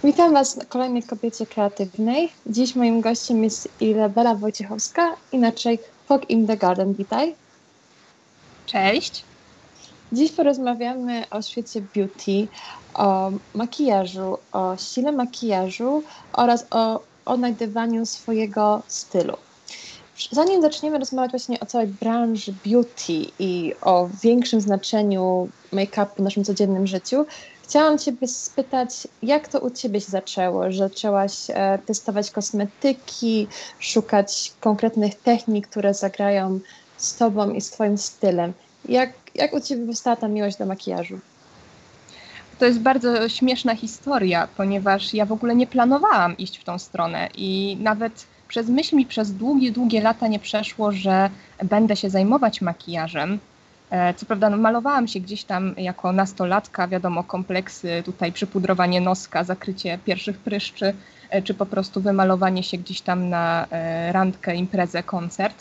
Witam Was na kolejnej Kobiecie Kreatywnej. Dziś moim gościem jest Izabela Wojciechowska, inaczej Fog in the Garden. Witaj. Cześć. Dziś porozmawiamy o świecie beauty, o makijażu, o stile makijażu oraz o odnajdywaniu swojego stylu. Zanim zaczniemy rozmawiać właśnie o całej branży beauty i o większym znaczeniu make-upu w naszym codziennym życiu, chciałam Ciebie spytać, jak to u Ciebie się zaczęło? Że zaczęłaś testować kosmetyki, szukać konkretnych technik, które zagrają z Tobą i z Twoim stylem. Jak u Ciebie powstała ta miłość do makijażu? To jest bardzo śmieszna historia, ponieważ ja w ogóle nie planowałam iść w tą stronę i nawet przez myśl mi przez długie lata nie przeszło, że będę się zajmować makijażem. Co prawda malowałam się gdzieś tam jako nastolatka, wiadomo, kompleksy, tutaj przypudrowanie noska, zakrycie pierwszych pryszczy, czy po prostu wymalowanie się gdzieś tam na randkę, imprezę, koncert.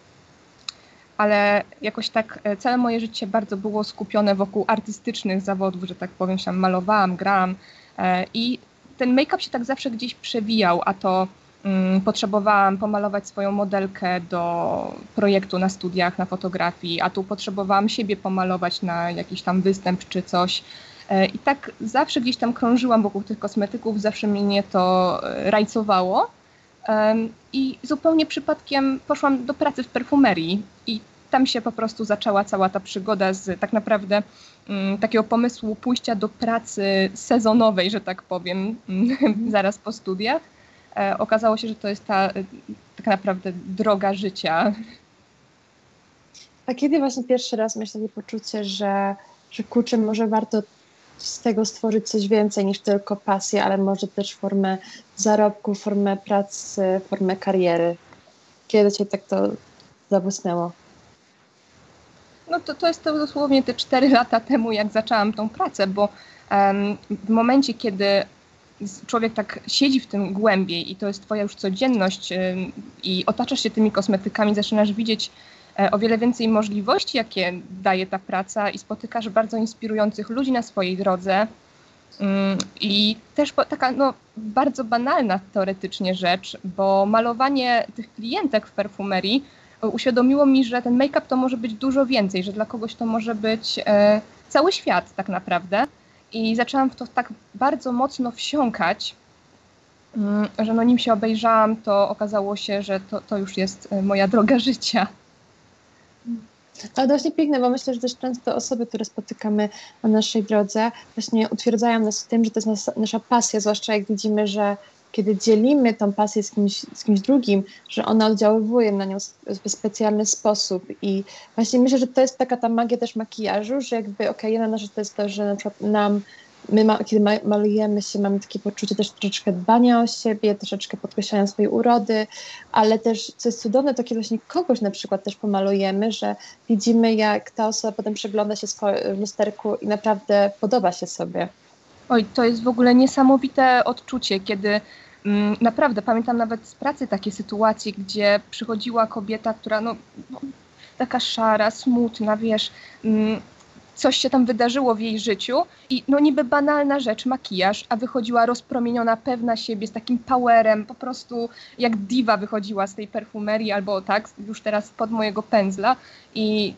Ale jakoś tak całe moje życie bardzo było skupione wokół artystycznych zawodów, że tak powiem, się malowałam, grałam i ten make-up się tak zawsze gdzieś przewijał, a to potrzebowałam pomalować swoją modelkę do projektu na studiach, na fotografii, a tu potrzebowałam siebie pomalować na jakiś tam występ czy coś. I tak zawsze gdzieś tam krążyłam wokół tych kosmetyków, zawsze mnie to rajcowało. I zupełnie przypadkiem poszłam do pracy w perfumerii i tam się po prostu zaczęła cała ta przygoda z tak naprawdę takiego pomysłu pójścia do pracy sezonowej, że tak powiem, zaraz po studiach. Okazało się, że to jest ta tak naprawdę droga życia. A kiedy właśnie pierwszy raz miałeś takie poczucie, że kurczę, może warto z tego stworzyć coś więcej niż tylko pasję, ale może też formę zarobku, formę pracy, formę kariery? Kiedy Cię tak to zabłysnęło? No to jest to dosłownie te 4 lata temu, jak zaczęłam tą pracę, bo w momencie, kiedy człowiek tak siedzi w tym głębiej i to jest twoja już codzienność i otaczasz się tymi kosmetykami, zaczynasz widzieć o wiele więcej możliwości, jakie daje ta praca i spotykasz bardzo inspirujących ludzi na swojej drodze. I też taka bardzo banalna teoretycznie rzecz, bo malowanie tych klientek w perfumerii uświadomiło mi, że ten make-up to może być dużo więcej, że dla kogoś to może być cały świat tak naprawdę. I zaczęłam w to tak bardzo mocno wsiąkać, że nim się obejrzałam, to okazało się, że to już jest moja droga życia. Ale to właśnie piękne, bo myślę, że też często osoby, które spotykamy na naszej drodze, właśnie utwierdzają nas w tym, że to jest nasza pasja, zwłaszcza jak widzimy, że kiedy dzielimy tą pasję z kimś drugim, że ona oddziaływuje na nią w specjalny sposób. I właśnie myślę, że to jest taka ta magia też makijażu, że jakby jedna rzecz to jest to, że na przykład kiedy malujemy się, mamy takie poczucie też troszeczkę dbania o siebie, troszeczkę podkreślania swojej urody, ale też, co jest cudowne, to kiedy właśnie kogoś na przykład też pomalujemy, że widzimy, jak ta osoba potem przegląda się w lusterku i naprawdę podoba się sobie. Oj, to jest w ogóle niesamowite odczucie, kiedy naprawdę pamiętam nawet z pracy takie sytuacje, gdzie przychodziła kobieta, która taka szara, smutna, wiesz, coś się tam wydarzyło w jej życiu i niby banalna rzecz, makijaż, a wychodziła rozpromieniona, pewna siebie, z takim powerem, po prostu jak diwa wychodziła z tej perfumerii albo tak, już teraz spod mojego pędzla i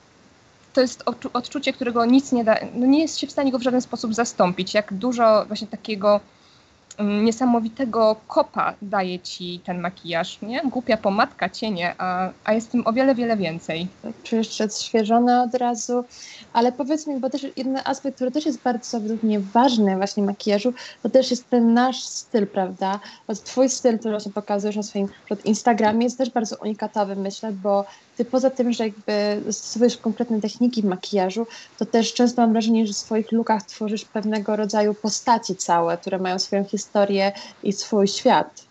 to jest odczucie, którego nic nie da, nie jest się w stanie go w żaden sposób zastąpić, jak dużo właśnie takiego niesamowitego kopa daje ci ten makijaż, nie? Głupia pomadka, cienie, a jest w tym o wiele więcej. Czujesz się odświeżona od razu, ale powiedz mi, bo też jeden aspekt, który też jest bardzo według mnie ważny właśnie w makijażu, to też jest ten nasz styl, prawda? Bo twój styl, który właśnie pokazujesz na swoim Instagramie, jest też bardzo unikatowy, myślę, bo ty poza tym, że jakby stosujesz konkretne techniki w makijażu, to też często mam wrażenie, że w swoich lookach tworzysz pewnego rodzaju postaci całe, które mają swoją historię i swój świat.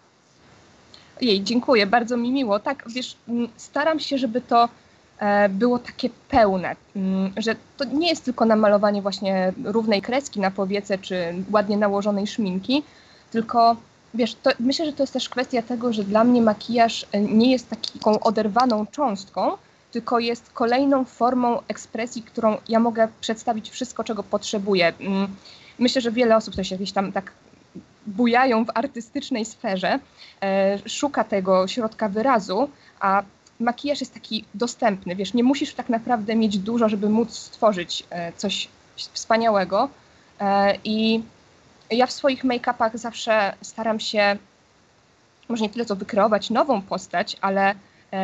Jej, dziękuję, bardzo mi miło. Tak, wiesz, staram się, żeby to było takie pełne, że to nie jest tylko namalowanie właśnie równej kreski na powiece czy ładnie nałożonej szminki, tylko wiesz, myślę, że to jest też kwestia tego, że dla mnie makijaż nie jest taką oderwaną cząstką, tylko jest kolejną formą ekspresji, którą ja mogę przedstawić wszystko, czego potrzebuję. Myślę, że wiele osób też jakieś tam tak bujają w artystycznej sferze, szuka tego środka wyrazu, a makijaż jest taki dostępny, wiesz, nie musisz tak naprawdę mieć dużo, żeby móc stworzyć coś wspaniałego. I ja w swoich make-upach zawsze staram się, może nie tyle co wykreować nową postać, ale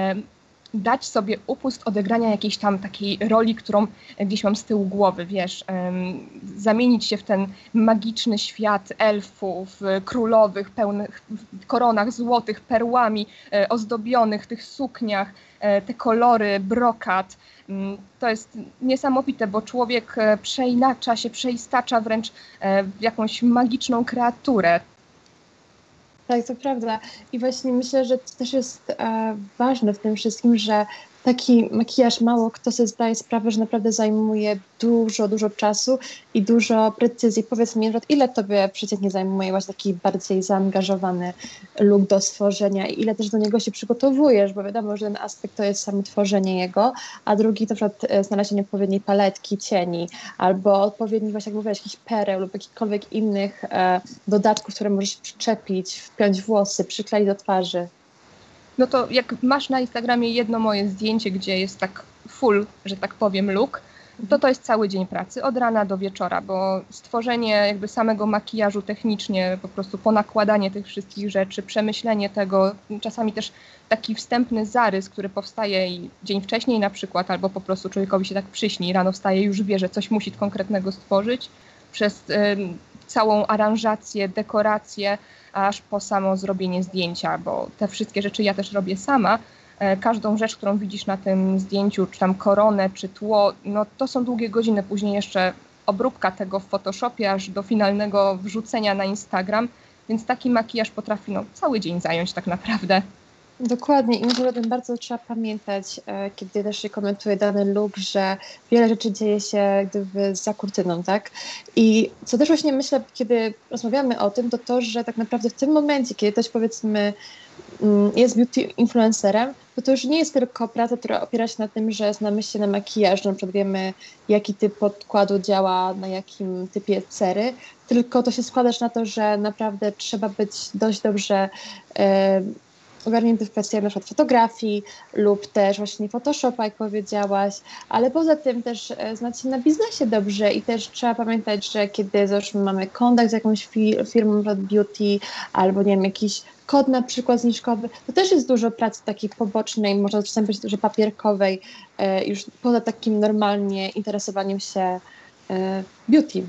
dać sobie upust odegrania jakiejś tam takiej roli, którą gdzieś mam z tyłu głowy, wiesz, zamienić się w ten magiczny świat elfów, królowych, pełnych koronach złotych, perłami, ozdobionych, tych sukniach, te kolory, brokat. To jest niesamowite, bo człowiek przeinacza się, przeistacza wręcz w jakąś magiczną kreaturę. Tak, to prawda. I właśnie myślę, że to też jest ważne w tym wszystkim, że taki makijaż mało kto sobie zdaje sprawę, że naprawdę zajmuje dużo czasu i dużo precyzji. Powiedz mi, ile tobie przeciętnie zajmuje właśnie taki bardziej zaangażowany look do stworzenia i ile też do niego się przygotowujesz, bo wiadomo, że ten aspekt to jest samo tworzenie jego, a drugi to na przykład znalezienie odpowiedniej paletki, cieni albo odpowiednich właśnie, jak mówiłaś, jakichś pereł lub jakichkolwiek innych dodatków, które możesz przyczepić, wpiąć włosy, przykleić do twarzy. No to jak masz na Instagramie jedno moje zdjęcie, gdzie jest tak full, że tak powiem, look, to jest cały dzień pracy, od rana do wieczora, bo stworzenie jakby samego makijażu technicznie, po prostu ponakładanie tych wszystkich rzeczy, przemyślenie tego, czasami też taki wstępny zarys, który powstaje i dzień wcześniej na przykład, albo po prostu człowiekowi się tak przyśni, rano wstaje i już wie, że coś musi konkretnego stworzyć, przez całą aranżację, dekorację, aż po samo zrobienie zdjęcia, bo te wszystkie rzeczy ja też robię sama. Każdą rzecz, którą widzisz na tym zdjęciu, czy tam koronę, czy tło, no to są długie godziny, później jeszcze obróbka tego w Photoshopie, aż do finalnego wrzucenia na Instagram, więc taki makijaż potrafi cały dzień zająć tak naprawdę. Dokładnie i myślę, że o tym bardzo trzeba pamiętać, kiedy też się komentuje dany look, że wiele rzeczy dzieje się gdyby za kurtyną, tak? I co też właśnie myślę, kiedy rozmawiamy o tym, to, że tak naprawdę w tym momencie, kiedy ktoś powiedzmy jest beauty influencerem, to już nie jest tylko praca, która opiera się na tym, że znamy się na makijaż, że na przykład wiemy, jaki typ podkładu działa na jakim typie cery, tylko to się składa też na to, że naprawdę trzeba być dość dobrze ogarnięty w kwestiach na przykład fotografii lub też właśnie Photoshopa, jak powiedziałaś, ale poza tym też znać się na biznesie dobrze i też trzeba pamiętać, że kiedy załóżmy mamy kontakt z jakąś firmą beauty albo nie wiem, jakiś kod na przykład zniżkowy, to też jest dużo pracy takiej pobocznej, można czasami powiedzieć, że papierkowej, już poza takim normalnie interesowaniem się beauty.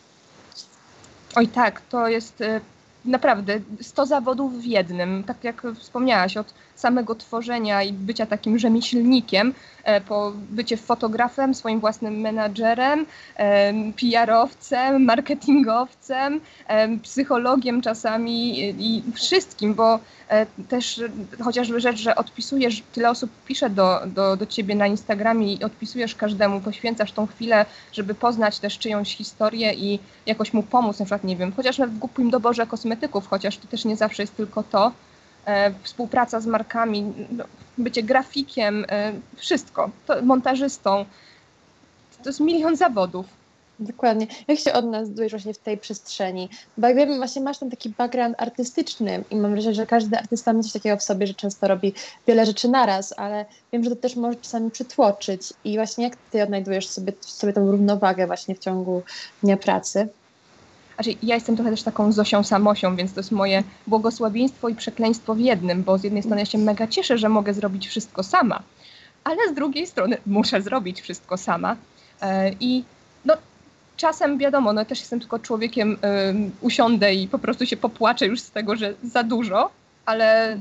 Oj tak, to jest naprawdę 100 zawodów w jednym, tak jak wspomniałaś, od samego tworzenia i bycia takim rzemieślnikiem, po bycie fotografem, swoim własnym menadżerem, PR-owcem, marketingowcem, psychologiem czasami i wszystkim, bo też chociażby rzecz, że odpisujesz, tyle osób pisze do ciebie na Instagramie i odpisujesz każdemu, poświęcasz tą chwilę, żeby poznać też czyjąś historię i jakoś mu pomóc, na przykład, nie wiem, chociaż w głupim doborze kosmetyków, chociaż to też nie zawsze jest tylko to, współpraca z markami, bycie grafikiem, wszystko, montażystą, to jest milion zawodów. Dokładnie. Jak się odnajdujesz właśnie w tej przestrzeni? Bo jak wiemy, właśnie masz tam taki background artystyczny i mam wrażenie, że każdy artysta ma coś takiego w sobie, że często robi wiele rzeczy naraz, ale wiem, że to też może czasami przytłoczyć. I właśnie jak ty odnajdujesz sobie tą równowagę właśnie w ciągu dnia pracy? Znaczy, ja jestem trochę też taką Zosią Samosią, więc to jest moje błogosławieństwo i przekleństwo w jednym, bo z jednej strony ja się mega cieszę, że mogę zrobić wszystko sama, ale z drugiej strony muszę zrobić wszystko sama. I czasem wiadomo, też jestem tylko człowiekiem, usiądę i po prostu się popłaczę już z tego, że za dużo, ale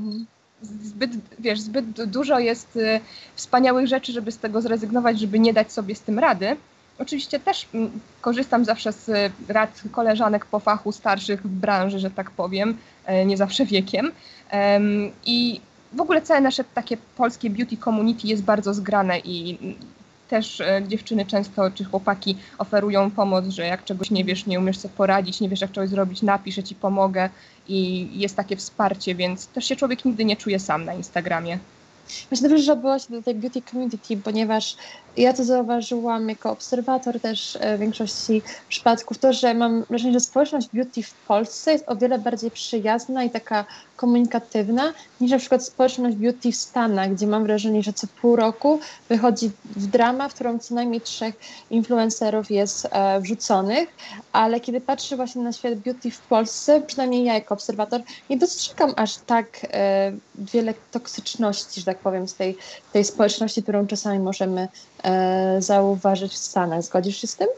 zbyt dużo jest wspaniałych rzeczy, żeby z tego zrezygnować, żeby nie dać sobie z tym rady. Oczywiście też korzystam zawsze z rad koleżanek po fachu, starszych w branży, że tak powiem, nie zawsze wiekiem. I w ogóle całe nasze takie polskie beauty community jest bardzo zgrane i też dziewczyny często, czy chłopaki oferują pomoc, że jak czegoś nie wiesz, nie umiesz sobie poradzić, nie wiesz jak czegoś zrobić, napiszę ci, pomogę i jest takie wsparcie, więc też się człowiek nigdy nie czuje sam na Instagramie. Właśnie dobrze, że odbyła się do tej beauty community, ponieważ ja to zauważyłam jako obserwator też w większości przypadków, to, że mam wrażenie, że społeczność beauty w Polsce jest o wiele bardziej przyjazna i taka komunikatywna niż na przykład społeczność beauty w Stanach, gdzie mam wrażenie, że co pół roku wychodzi w drama, w którą co najmniej 3 influencerów jest wrzuconych, ale kiedy patrzę właśnie na świat beauty w Polsce, przynajmniej ja jako obserwator, nie dostrzegam aż tak wiele toksyczności, że tak powiem, z tej społeczności, którą czasami możemy zauważyć w Stanach. Zgodzisz się z tym?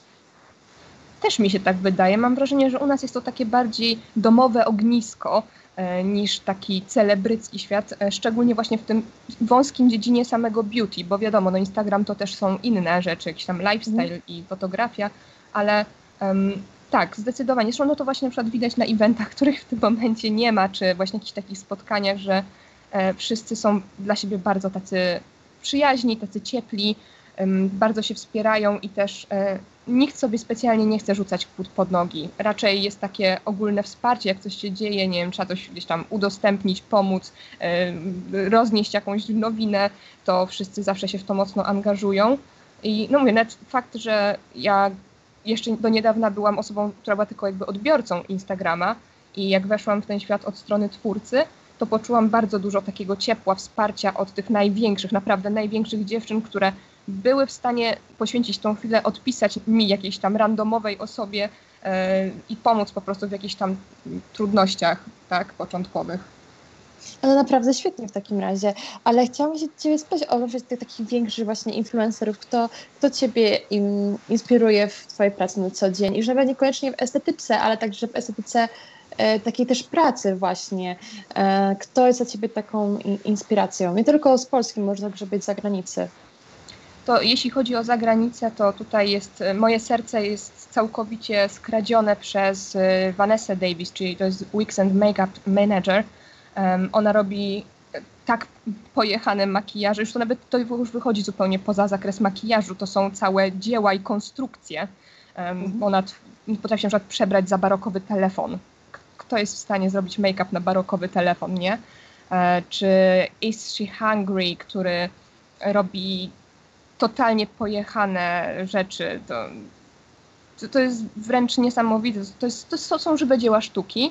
Też mi się tak wydaje. Mam wrażenie, że u nas jest to takie bardziej domowe ognisko niż taki celebrycki świat, szczególnie właśnie w tym wąskim dziedzinie samego beauty, bo wiadomo, no Instagram to też są inne rzeczy, jakiś tam lifestyle i fotografia, ale tak, zdecydowanie. Zresztą no to właśnie na przykład widać na eventach, których w tym momencie nie ma, czy właśnie jakichś takich spotkaniach, że wszyscy są dla siebie bardzo tacy przyjaźni, tacy ciepli, bardzo się wspierają i też nikt sobie specjalnie nie chce rzucać kłód pod nogi. Raczej jest takie ogólne wsparcie, jak coś się dzieje, nie wiem, trzeba coś gdzieś tam udostępnić, pomóc, roznieść jakąś nowinę, to wszyscy zawsze się w to mocno angażują. I no mówię, nawet fakt, że ja jeszcze do niedawna byłam osobą, która była tylko jakby odbiorcą Instagrama i jak weszłam w ten świat od strony twórcy, to poczułam bardzo dużo takiego ciepła, wsparcia od tych największych, naprawdę największych dziewczyn, które były w stanie poświęcić tą chwilę, odpisać mi jakiejś tam randomowej osobie i pomóc po prostu w jakichś tam trudnościach, tak, początkowych. No naprawdę świetnie w takim razie, ale chciałam się Ciebie spytać o tych takich większych właśnie influencerów, kto Ciebie inspiruje w Twojej pracy na co dzień i żeby niekoniecznie w estetyce, ale także w estetyce takiej też pracy właśnie. Kto jest dla Ciebie taką inspiracją? Nie tylko z Polski, może także być z zagranicy. To jeśli chodzi o zagranicę, to tutaj jest, moje serce jest całkowicie skradzione przez Vanessa Davis, czyli to jest Weekend Makeup Manager. Ona robi tak pojechane makijaże, już to nawet to już wychodzi zupełnie poza zakres makijażu, to są całe dzieła i konstrukcje. Ona potrafi na przykład przebrać za barokowy telefon. Kto jest w stanie zrobić make-up na barokowy telefon, nie? Czy Is She Hungry, który robi totalnie pojechane rzeczy. To jest wręcz niesamowite. To są żywe dzieła sztuki.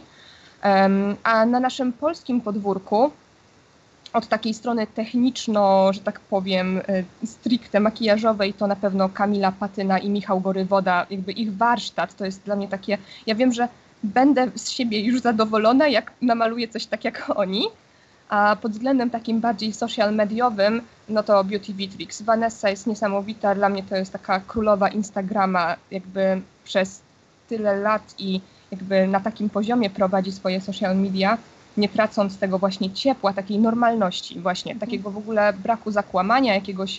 A na naszym polskim podwórku od takiej strony techniczno, że tak powiem, stricte makijażowej, to na pewno Kamila Patyna i Michał Gorywoda, jakby ich warsztat to jest dla mnie takie, ja wiem, że będę z siebie już zadowolona, jak namaluję coś tak jak oni, a pod względem takim bardziej social mediowym, no to Beauty Vitrix. Vanessa jest niesamowita, dla mnie to jest taka królowa Instagrama, jakby przez tyle lat i jakby na takim poziomie prowadzi swoje social media, nie tracąc tego właśnie ciepła, takiej normalności właśnie, takiego w ogóle braku zakłamania, jakiegoś...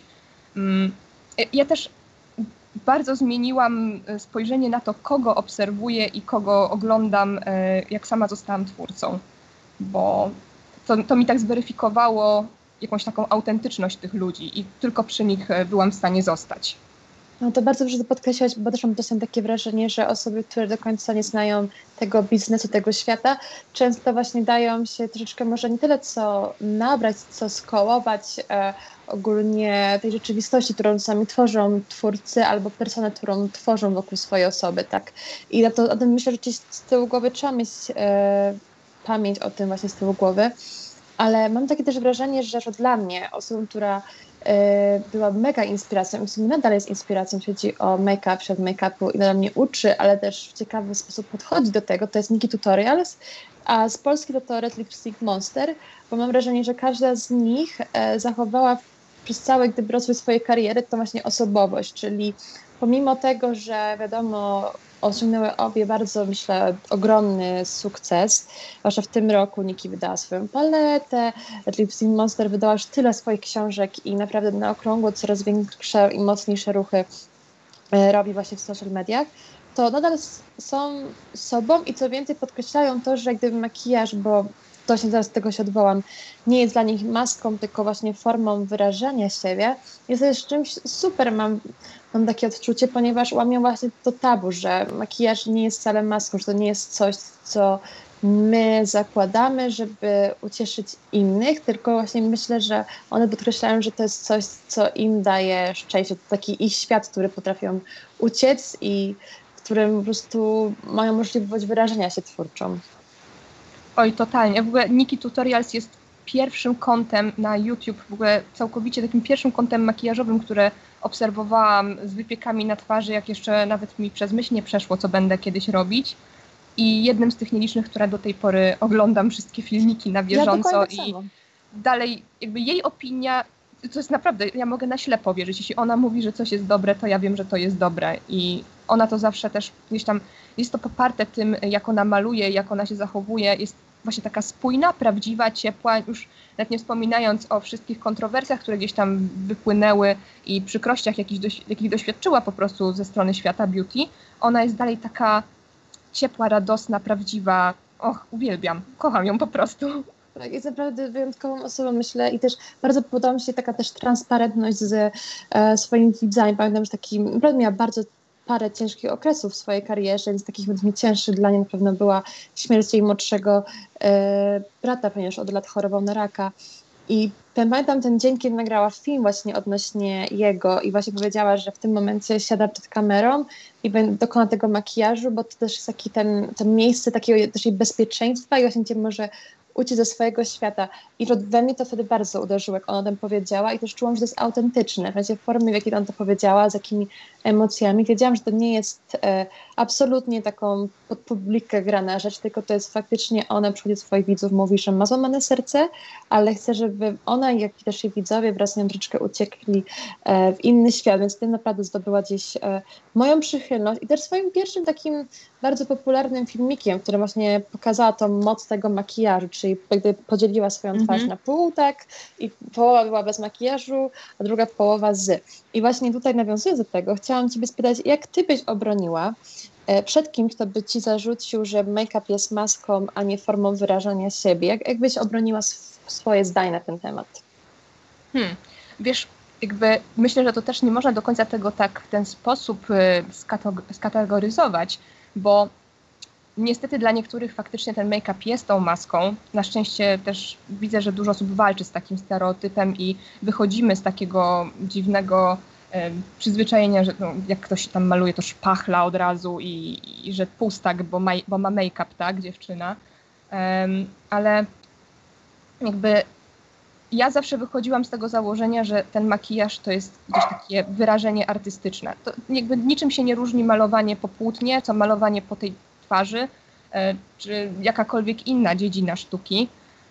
Ja też bardzo zmieniłam spojrzenie na to, kogo obserwuję i kogo oglądam, jak sama zostałam twórcą, bo to mi tak zweryfikowało jakąś taką autentyczność tych ludzi i tylko przy nich byłam w stanie zostać. No to bardzo dobrze to podkreślać, bo też mam czasem takie wrażenie, że osoby, które do końca nie znają tego biznesu, tego świata, często właśnie dają się troszeczkę może nie tyle co nabrać, co skołować ogólnie tej rzeczywistości, którą sami tworzą twórcy albo personę, którą tworzą wokół swojej osoby, tak. I o tym myślę, że gdzieś z tyłu głowy trzeba mieć pamięć o tym właśnie z tyłu głowy, ale mam takie też wrażenie, że dla mnie, osobą, która była mega inspiracją i w sumie nadal jest inspiracją, jeśli chodzi o make-up, świat make-upu i nadal mnie uczy, ale też w ciekawy sposób podchodzi do tego, to jest Nikki Tutorials, a z Polski to Red Lipstick Monster, bo mam wrażenie, że każda z nich zachowała przez cały rozwój swojej kariery to właśnie osobowość, czyli pomimo tego, że wiadomo, osiągnęły obie bardzo, myślę, ogromny sukces. Zwłaszcza w tym roku Nikki wydała swoją paletę, Red Lipstick Monster wydała już tyle swoich książek i naprawdę na okrągło coraz większe i mocniejsze ruchy robi właśnie w social mediach, to nadal są sobą i co więcej podkreślają to, że gdyby makijaż, bo właśnie zaraz do tego się odwołam, nie jest dla nich maską, tylko właśnie formą wyrażania siebie, jest też czymś super, mam takie odczucie, ponieważ łamią właśnie to tabu, że makijaż nie jest wcale maską, że to nie jest coś, co my zakładamy, żeby ucieszyć innych, tylko właśnie myślę, że one podkreślają, że to jest coś, co im daje szczęście, to taki ich świat, który potrafią uciec i w którym po prostu mają możliwość wyrażenia się twórczą. Oj, totalnie. W ogóle Nikki Tutorials jest pierwszym kątem na YouTube, w ogóle całkowicie takim pierwszym kątem makijażowym, które obserwowałam z wypiekami na twarzy, jak jeszcze nawet mi przez myśl nie przeszło, co będę kiedyś robić. I jednym z tych nielicznych, które do tej pory oglądam wszystkie filmiki na bieżąco i dalej jakby jej opinia, to jest naprawdę, ja mogę na ślepo wierzyć. Jeśli ona mówi, że coś jest dobre, to ja wiem, że to jest dobre i ona to zawsze też gdzieś tam, jest to poparte tym, jak ona maluje, jak ona się zachowuje, jest właśnie taka spójna, prawdziwa, ciepła, już nawet nie wspominając o wszystkich kontrowersjach, które gdzieś tam wypłynęły i przykrościach, jakich doświadczyła po prostu ze strony świata beauty, ona jest dalej taka ciepła, radosna, prawdziwa. Och, uwielbiam, kocham ją po prostu. Tak, jest naprawdę wyjątkową osobą, myślę, i też bardzo podoba mi się taka też transparentność ze swoimi widzami. Pamiętam, że naprawdę miała bardzo parę ciężkich okresów w swojej karierze, więc takich najcięższych dla niej na pewno była śmierć jej młodszego brata, ponieważ od lat chorował na raka. I pamiętam ten dzień, kiedy nagrała film właśnie odnośnie jego i właśnie powiedziała, że w tym momencie siada przed kamerą i dokona tego makijażu, bo to też jest to miejsce takiego też jej bezpieczeństwa i właśnie gdzie może uciec ze swojego świata. I we mnie to wtedy bardzo uderzyło, jak ona o tym powiedziała i też czułam, że to jest autentyczne. W formie, w jakiej ona to powiedziała, z jakimi emocjami. Wiedziałam, że to nie jest absolutnie taką pod publikę grana rzecz, tylko to jest faktycznie ona przychodzi do swoich widzów, mówi, że ma złamane serce, ale chce, żeby ona, jak i też jej widzowie wraz z nią troszeczkę uciekli w inny świat, więc tym naprawdę zdobyła gdzieś moją przychylność i też swoim pierwszym takim bardzo popularnym filmikiem, w którym właśnie pokazała tą moc tego makijażu, czyli gdy podzieliła swoją twarz na pół, tak, i połowa była bez makijażu, a druga połowa z. I właśnie tutaj nawiązując do tego, chciałam Ciebie spytać, jak Ty byś obroniła przed kimś, kto by Ci zarzucił, że make-up jest maską, a nie formą wyrażania siebie? Jak byś obroniła swoje zdanie na ten temat? Wiesz, jakby myślę, że to też nie można do końca tego tak w ten sposób skategoryzować, bo niestety dla niektórych faktycznie ten make-up jest tą maską. Na szczęście też widzę, że dużo osób walczy z takim stereotypem i wychodzimy z takiego dziwnego przyzwyczajenia, że jak ktoś się tam maluje, to szpachla od razu i że pustak, bo ma make-up, tak, dziewczyna. Ale jakby ja zawsze wychodziłam z tego założenia, że ten makijaż to jest gdzieś takie wyrażenie artystyczne. To jakby niczym się nie różni malowanie po płótnie, co malowanie po tej twarzy, czy jakakolwiek inna dziedzina sztuki.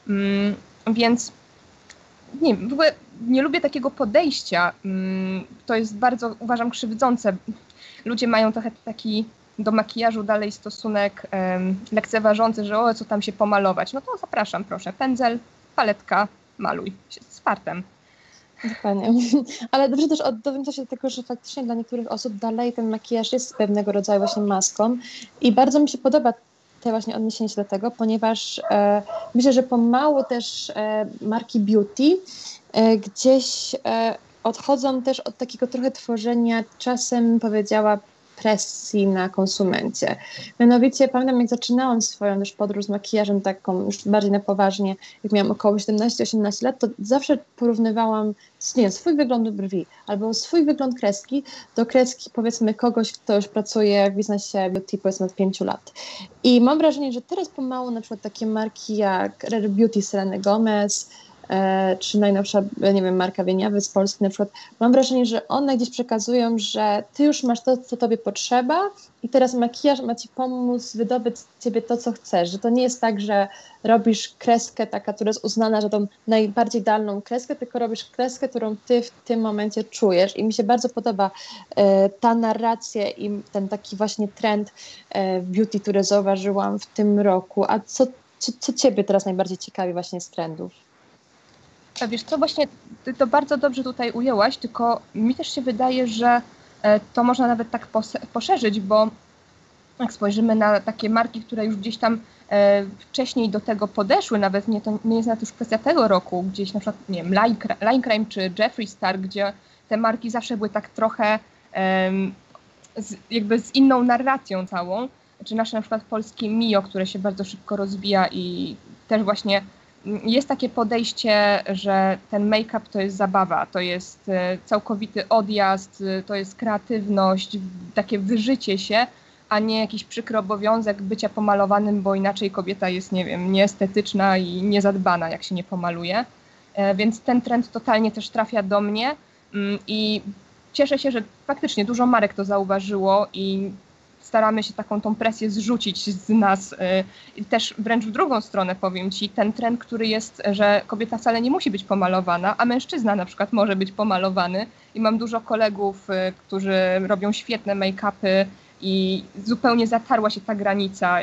Więc nie, w ogóle nie lubię takiego podejścia. To jest bardzo, uważam, krzywdzące. Ludzie mają trochę taki do makijażu dalej stosunek lekceważący, że co tam się pomalować. No to zapraszam, proszę, pędzel, paletka, maluj z fartem. Dokładnie. Ale dobrze też dowiem się do tego, że faktycznie dla niektórych osób dalej ten makijaż jest pewnego rodzaju właśnie maską i bardzo mi się podoba te właśnie odniesienie się do tego, ponieważ myślę, że pomału też marki beauty gdzieś odchodzą też od takiego trochę tworzenia, czasem powiedziała, presji na konsumencie. Mianowicie pamiętam, jak zaczynałam swoją już podróż z makijażem taką już bardziej na poważnie, jak miałam około 17-18 lat, to zawsze porównywałam swój wygląd brwi albo swój wygląd kreski do kreski powiedzmy kogoś, kto już pracuje w biznesie beauty powiedzmy od 5 lat. I mam wrażenie, że teraz pomału na przykład takie marki jak Rare Beauty Seleny Gomez, czy najnowsza, nie wiem, marka Wieniawy z Polski na przykład, mam wrażenie, że one gdzieś przekazują, że ty już masz to, co tobie potrzeba i teraz makijaż ma ci pomóc wydobyć z ciebie to, co chcesz, że to nie jest tak, że robisz kreskę taka, która jest uznana za tą najbardziej idealną kreskę, tylko robisz kreskę, którą ty w tym momencie czujesz i mi się bardzo podoba ta narracja i ten taki właśnie trend beauty, który zauważyłam w tym roku. A co ciebie teraz najbardziej ciekawi właśnie z trendów? A wiesz co, właśnie ty to bardzo dobrze tutaj ujęłaś, tylko mi też się wydaje, że to można nawet tak poszerzyć, bo Jak spojrzymy na takie marki, które już gdzieś tam wcześniej do tego podeszły, nawet to nie jest nawet już kwestia tego roku, gdzieś na przykład, nie wiem, Line Crime czy Jeffree Star, gdzie te marki zawsze były tak trochę jakby z inną narracją całą, czy nasze na przykład polskie Mio, które się bardzo szybko rozwija i też właśnie jest takie podejście, że ten make-up to jest zabawa, to jest całkowity odjazd, to jest kreatywność, takie wyżycie się, a nie jakiś przykry obowiązek bycia pomalowanym, bo inaczej kobieta jest, nie wiem, nieestetyczna i niezadbana, jak się nie pomaluje. Więc ten trend totalnie też trafia do mnie i cieszę się, że faktycznie dużo marek to zauważyło i staramy się tą presję zrzucić z nas. I też wręcz w drugą stronę powiem Ci, ten trend, który jest, że kobieta wcale nie musi być pomalowana, a mężczyzna na przykład może być pomalowany. I mam dużo kolegów, którzy robią świetne make-upy i zupełnie zatarła się ta granica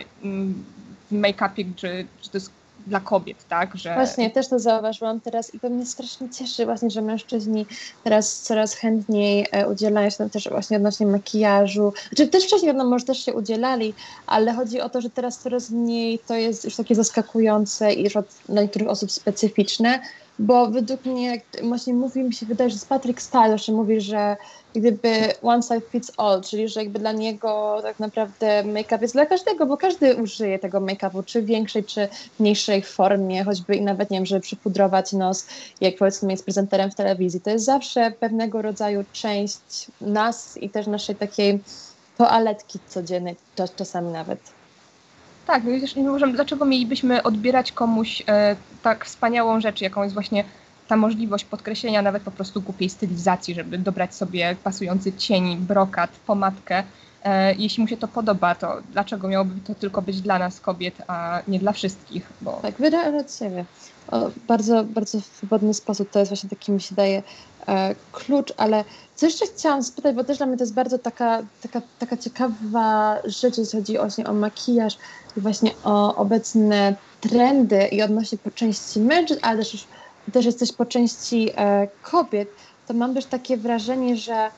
w make-upie, czy to jest dla kobiet, tak? Że... Właśnie, też to zauważyłam teraz i to mnie strasznie cieszy właśnie, że mężczyźni teraz coraz chętniej udzielają się tam też właśnie odnośnie makijażu. Znaczy też wcześniej wiadomo, może też się udzielali, ale chodzi o to, że teraz coraz mniej to jest już takie zaskakujące i już dla niektórych osób specyficzne, bo według mnie, jak właśnie mi się wydaje, że z Patrick Styles mówi, że gdyby one size fits all, czyli że jakby dla niego tak naprawdę make-up jest dla każdego, bo każdy użyje tego make-upu, czy w większej, czy mniejszej formie, choćby i nawet, nie wiem, żeby przypudrować nos, jak powiedzmy jest prezenterem w telewizji. To jest zawsze pewnego rodzaju część nas i też naszej takiej toaletki codziennej, czasami nawet. Tak, no wiesz, nie uważam, dlaczego mielibyśmy odbierać komuś tak wspaniałą rzecz, jaką jest właśnie ta możliwość podkreślenia nawet po prostu głupiej stylizacji, żeby dobrać sobie pasujący cień, brokat, pomadkę. Jeśli mu się to podoba, to dlaczego miałoby to tylko być dla nas kobiet, a nie dla wszystkich? Bo... Tak, wyrażać siebie. Bardzo, bardzo swobodny sposób, to jest właśnie taki, mi się daje, klucz, ale co jeszcze chciałam spytać, bo też dla mnie to jest bardzo taka ciekawa rzecz, jeśli chodzi właśnie o makijaż i właśnie o obecne trendy i odnośnie po części mężczyzn, ale też jest coś po części kobiet, to mam też takie wrażenie, że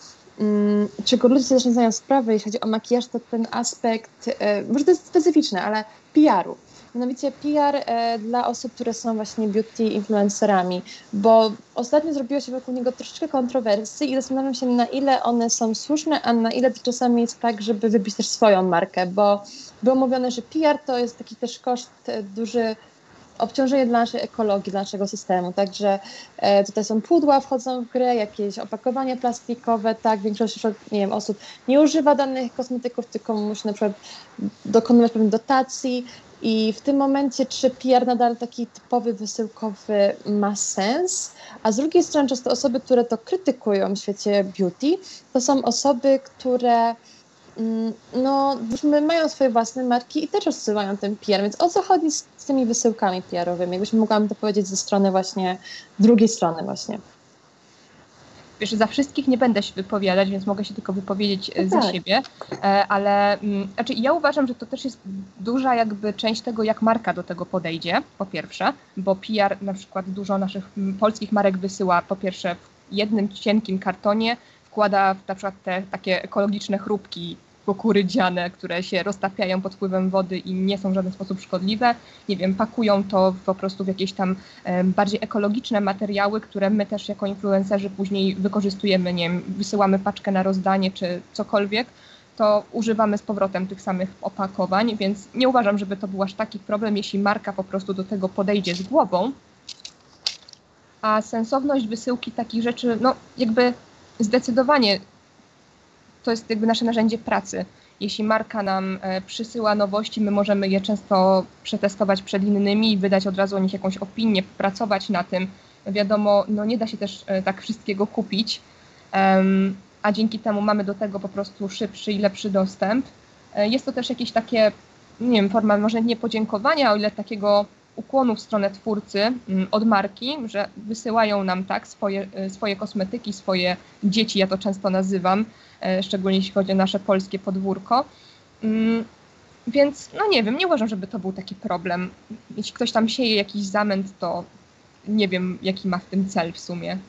czego ludzie też nie zdają sprawy, jeśli chodzi o makijaż, to ten aspekt, może to jest specyficzne, ale PR-u. Mianowicie PR dla osób, które są właśnie beauty influencerami, bo ostatnio zrobiło się wokół niego troszeczkę kontrowersji i zastanawiam się, na ile one są słuszne, a na ile to czasami jest tak, żeby wybić też swoją markę, bo było mówione, że PR to jest taki też koszt duży, obciążenie dla naszej ekologii, dla naszego systemu, także tutaj są pudła, wchodzą w grę, jakieś opakowania plastikowe, tak, większość nie wiem, osób nie używa danych kosmetyków, tylko musi na przykład dokonywać pewnych dotacji i w tym momencie czy PR nadal taki typowy wysyłkowy ma sens, a z drugiej strony często osoby, które to krytykują w świecie beauty, to są osoby, które no, mają swoje własne marki i też rozsyłają ten PR, więc o co chodzi z tymi wysyłkami PR-owymi? Jakbyśmy mogłam to powiedzieć ze strony właśnie, drugiej strony właśnie. Wiesz, za wszystkich nie będę się wypowiadać, więc mogę się tylko wypowiedzieć za siebie, ale znaczy ja uważam, że to też jest duża jakby część tego, jak marka do tego podejdzie, po pierwsze, bo PR na przykład dużo naszych polskich marek wysyła po pierwsze w jednym cienkim kartonie, wkłada na przykład te takie ekologiczne chrupki kukurydziane, które się roztapiają pod wpływem wody i nie są w żaden sposób szkodliwe. Nie wiem, pakują to po prostu w jakieś tam bardziej ekologiczne materiały, które my też jako influencerzy później wykorzystujemy, nie wiem, wysyłamy paczkę na rozdanie czy cokolwiek, to używamy z powrotem tych samych opakowań, więc nie uważam, żeby to był aż taki problem, jeśli marka po prostu do tego podejdzie z głową. A sensowność wysyłki takich rzeczy, no jakby zdecydowanie to jest jakby nasze narzędzie pracy. Jeśli marka nam przysyła nowości, my możemy je często przetestować przed innymi i wydać od razu o nich jakąś opinię, pracować na tym. Wiadomo, no nie da się też tak wszystkiego kupić, a dzięki temu mamy do tego po prostu szybszy i lepszy dostęp. Jest to też jakieś takie, nie wiem, forma może nie podziękowania, o ile takiego ukłonu w stronę twórcy od marki, że wysyłają nam tak swoje kosmetyki, swoje dzieci, ja to często nazywam, szczególnie jeśli chodzi o nasze polskie podwórko. Więc no nie wiem, nie uważam, żeby to był taki problem. Jeśli ktoś tam sieje jakiś zamęt, to nie wiem, jaki ma w tym cel w sumie.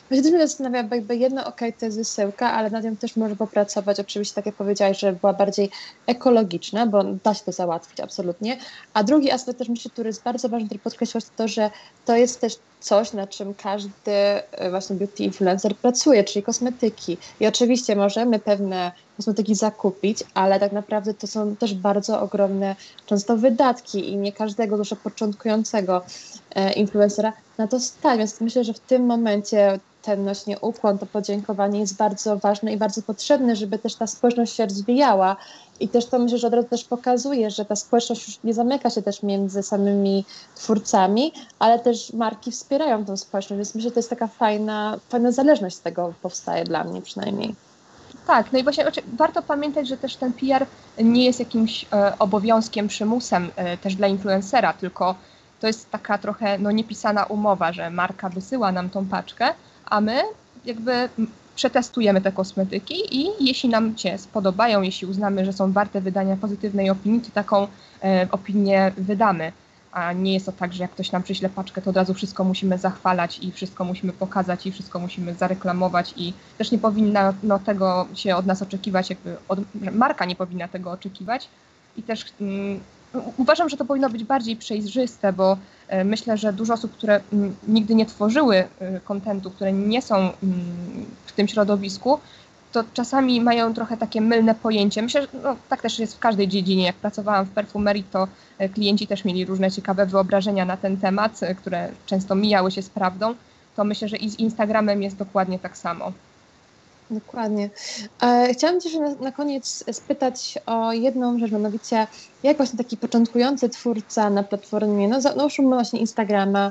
Właśnie też mnie zastanawia, bo jakby jedno, to jest wysyłka, ale nad nią też może popracować. Oczywiście, tak jak powiedziałaś, że była bardziej ekologiczna, bo da się to załatwić, absolutnie. A drugi aspekt też myślę, który jest bardzo ważny, który podkreślać, to, że to jest też coś, na czym każdy właśnie beauty influencer pracuje, czyli kosmetyki. I oczywiście możemy pewne kosmetyki zakupić, ale tak naprawdę to są też bardzo ogromne często wydatki i nie każdego, zwłaszcza początkującego influencera na to stać. Więc myślę, że w tym momencie ten właśnie ukłon, to podziękowanie jest bardzo ważne i bardzo potrzebne, żeby też ta społeczność się rozwijała. I też to myślę, że od razu też pokazuje, że ta społeczność już nie zamyka się też między samymi twórcami, ale też marki wspierają tą społeczność, więc myślę, że to jest taka fajna zależność z tego powstaje dla mnie przynajmniej. Tak, no i właśnie warto pamiętać, że też ten PR nie jest jakimś obowiązkiem, przymusem też dla influencera, tylko to jest taka trochę niepisana umowa, że marka wysyła nam tą paczkę, a my jakby przetestujemy te kosmetyki i jeśli nam się spodobają, jeśli uznamy, że są warte wydania pozytywnej opinii, to taką opinię wydamy. A nie jest to tak, że jak ktoś nam przyśle paczkę, to od razu wszystko musimy zachwalać i wszystko musimy pokazać i wszystko musimy zareklamować i też nie powinna tego się od nas oczekiwać, że marka nie powinna tego oczekiwać i też uważam, że to powinno być bardziej przejrzyste, bo myślę, że dużo osób, które nigdy nie tworzyły kontentu, które nie są w tym środowisku, to czasami mają trochę takie mylne pojęcie. Myślę, że tak też jest w każdej dziedzinie. Jak pracowałam w perfumerii, to klienci też mieli różne ciekawe wyobrażenia na ten temat, które często mijały się z prawdą. To myślę, że i z Instagramem jest dokładnie tak samo. Dokładnie. Chciałam Cię na koniec spytać o jedną rzecz, mianowicie jak właśnie taki początkujący twórca na platformie, załóżmy właśnie Instagrama,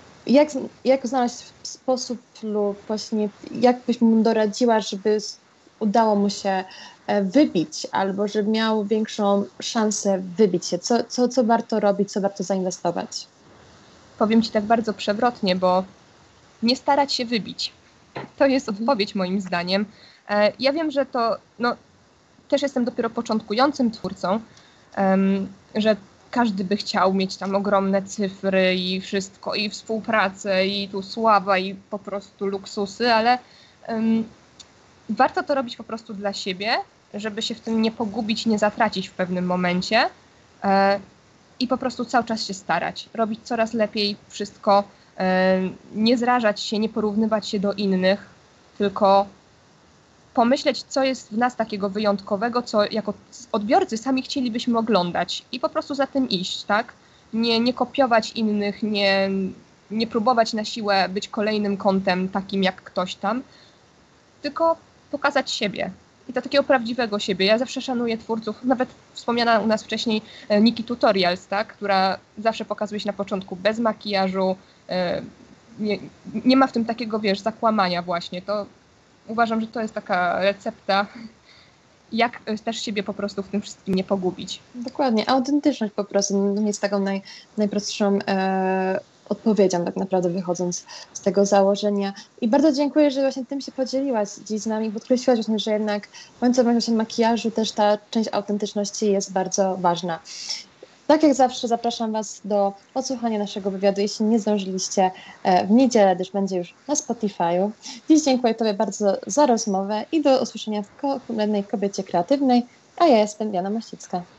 jak znaleźć sposób lub właśnie jak byś mu doradziła, żeby udało mu się wybić albo żeby miał większą szansę wybić się? Co warto robić, co warto zainwestować? Powiem Ci tak bardzo przewrotnie, bo nie starać się wybić. To jest odpowiedź moim zdaniem. Ja wiem, że to też jestem dopiero początkującym twórcą, że każdy by chciał mieć tam ogromne cyfry i wszystko, i współpracę, i tu sława, i po prostu luksusy, ale warto to robić po prostu dla siebie, żeby się w tym nie pogubić, nie zatracić w pewnym momencie i po prostu cały czas się starać, robić coraz lepiej wszystko, nie zrażać się, nie porównywać się do innych, tylko pomyśleć, co jest w nas takiego wyjątkowego, co jako odbiorcy sami chcielibyśmy oglądać i po prostu za tym iść, tak? Nie kopiować innych, nie próbować na siłę być kolejnym kontem takim jak ktoś tam, tylko pokazać siebie. I to takiego prawdziwego siebie. Ja zawsze szanuję twórców, nawet wspomniana u nas wcześniej Nikki Tutorials, tak? Która zawsze pokazuje się na początku bez makijażu, nie ma w tym takiego, zakłamania właśnie. To uważam, że to jest taka recepta, jak też siebie po prostu w tym wszystkim nie pogubić. Dokładnie, autentyczność po prostu jest taką najprostszą odpowiedzią tak naprawdę wychodząc z tego założenia. I bardzo dziękuję, że właśnie tym się podzieliłaś dziś z nami, podkreśliłaś właśnie, że jednak w końcu właśnie makijażu też ta część autentyczności jest bardzo ważna. Tak jak zawsze zapraszam Was do odsłuchania naszego wywiadu, jeśli nie zdążyliście w niedzielę, gdyż będzie już na Spotify'u. Dziś dziękuję Tobie bardzo za rozmowę i do usłyszenia w kolejnej Kobiecie Kreatywnej, a ja jestem Jana Mościcka.